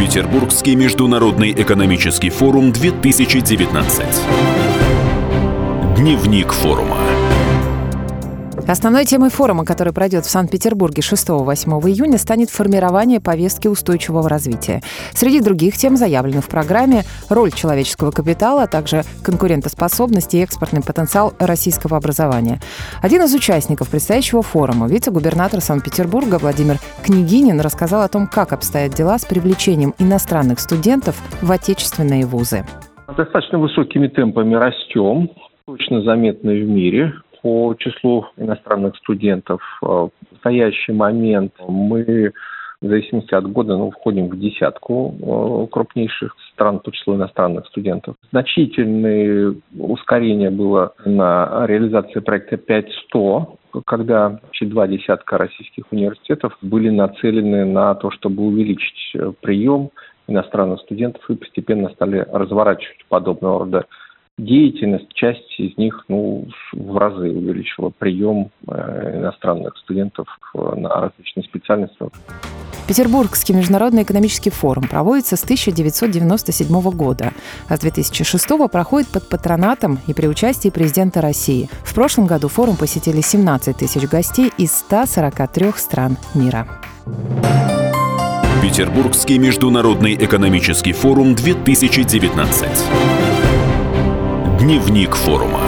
Петербургский международный экономический форум 2019. Дневник форума. Основной темой форума, который пройдет в Санкт-Петербурге 6-8 июня, станет формирование повестки устойчивого развития. Среди других тем заявлены в программе роль человеческого капитала, а также конкурентоспособность и экспортный потенциал российского образования. Один из участников предстоящего форума, вице-губернатор Санкт-Петербурга Владимир Княгинин, рассказал о том, как обстоят дела с привлечением иностранных студентов в отечественные вузы. Достаточно высокими темпами растем, точно заметны в мире. По числу иностранных студентов в настоящий момент мы, в зависимости от года, входим в десятку крупнейших стран по числу иностранных студентов. Значительное ускорение было на реализации проекта 5-100, когда два десятка российских университетов были нацелены на то, чтобы увеличить прием иностранных студентов и постепенно стали разворачивать подобного рода деятельность. Часть из них в разы увеличила прием иностранных студентов на различные специальности. Петербургский международный экономический форум проводится с 1997 года, а с 2006 проходит под патронатом и при участии президента России. В прошлом году форум посетили 17 тысяч гостей из 143 стран мира. Петербургский международный экономический форум 2019. Дневник форума.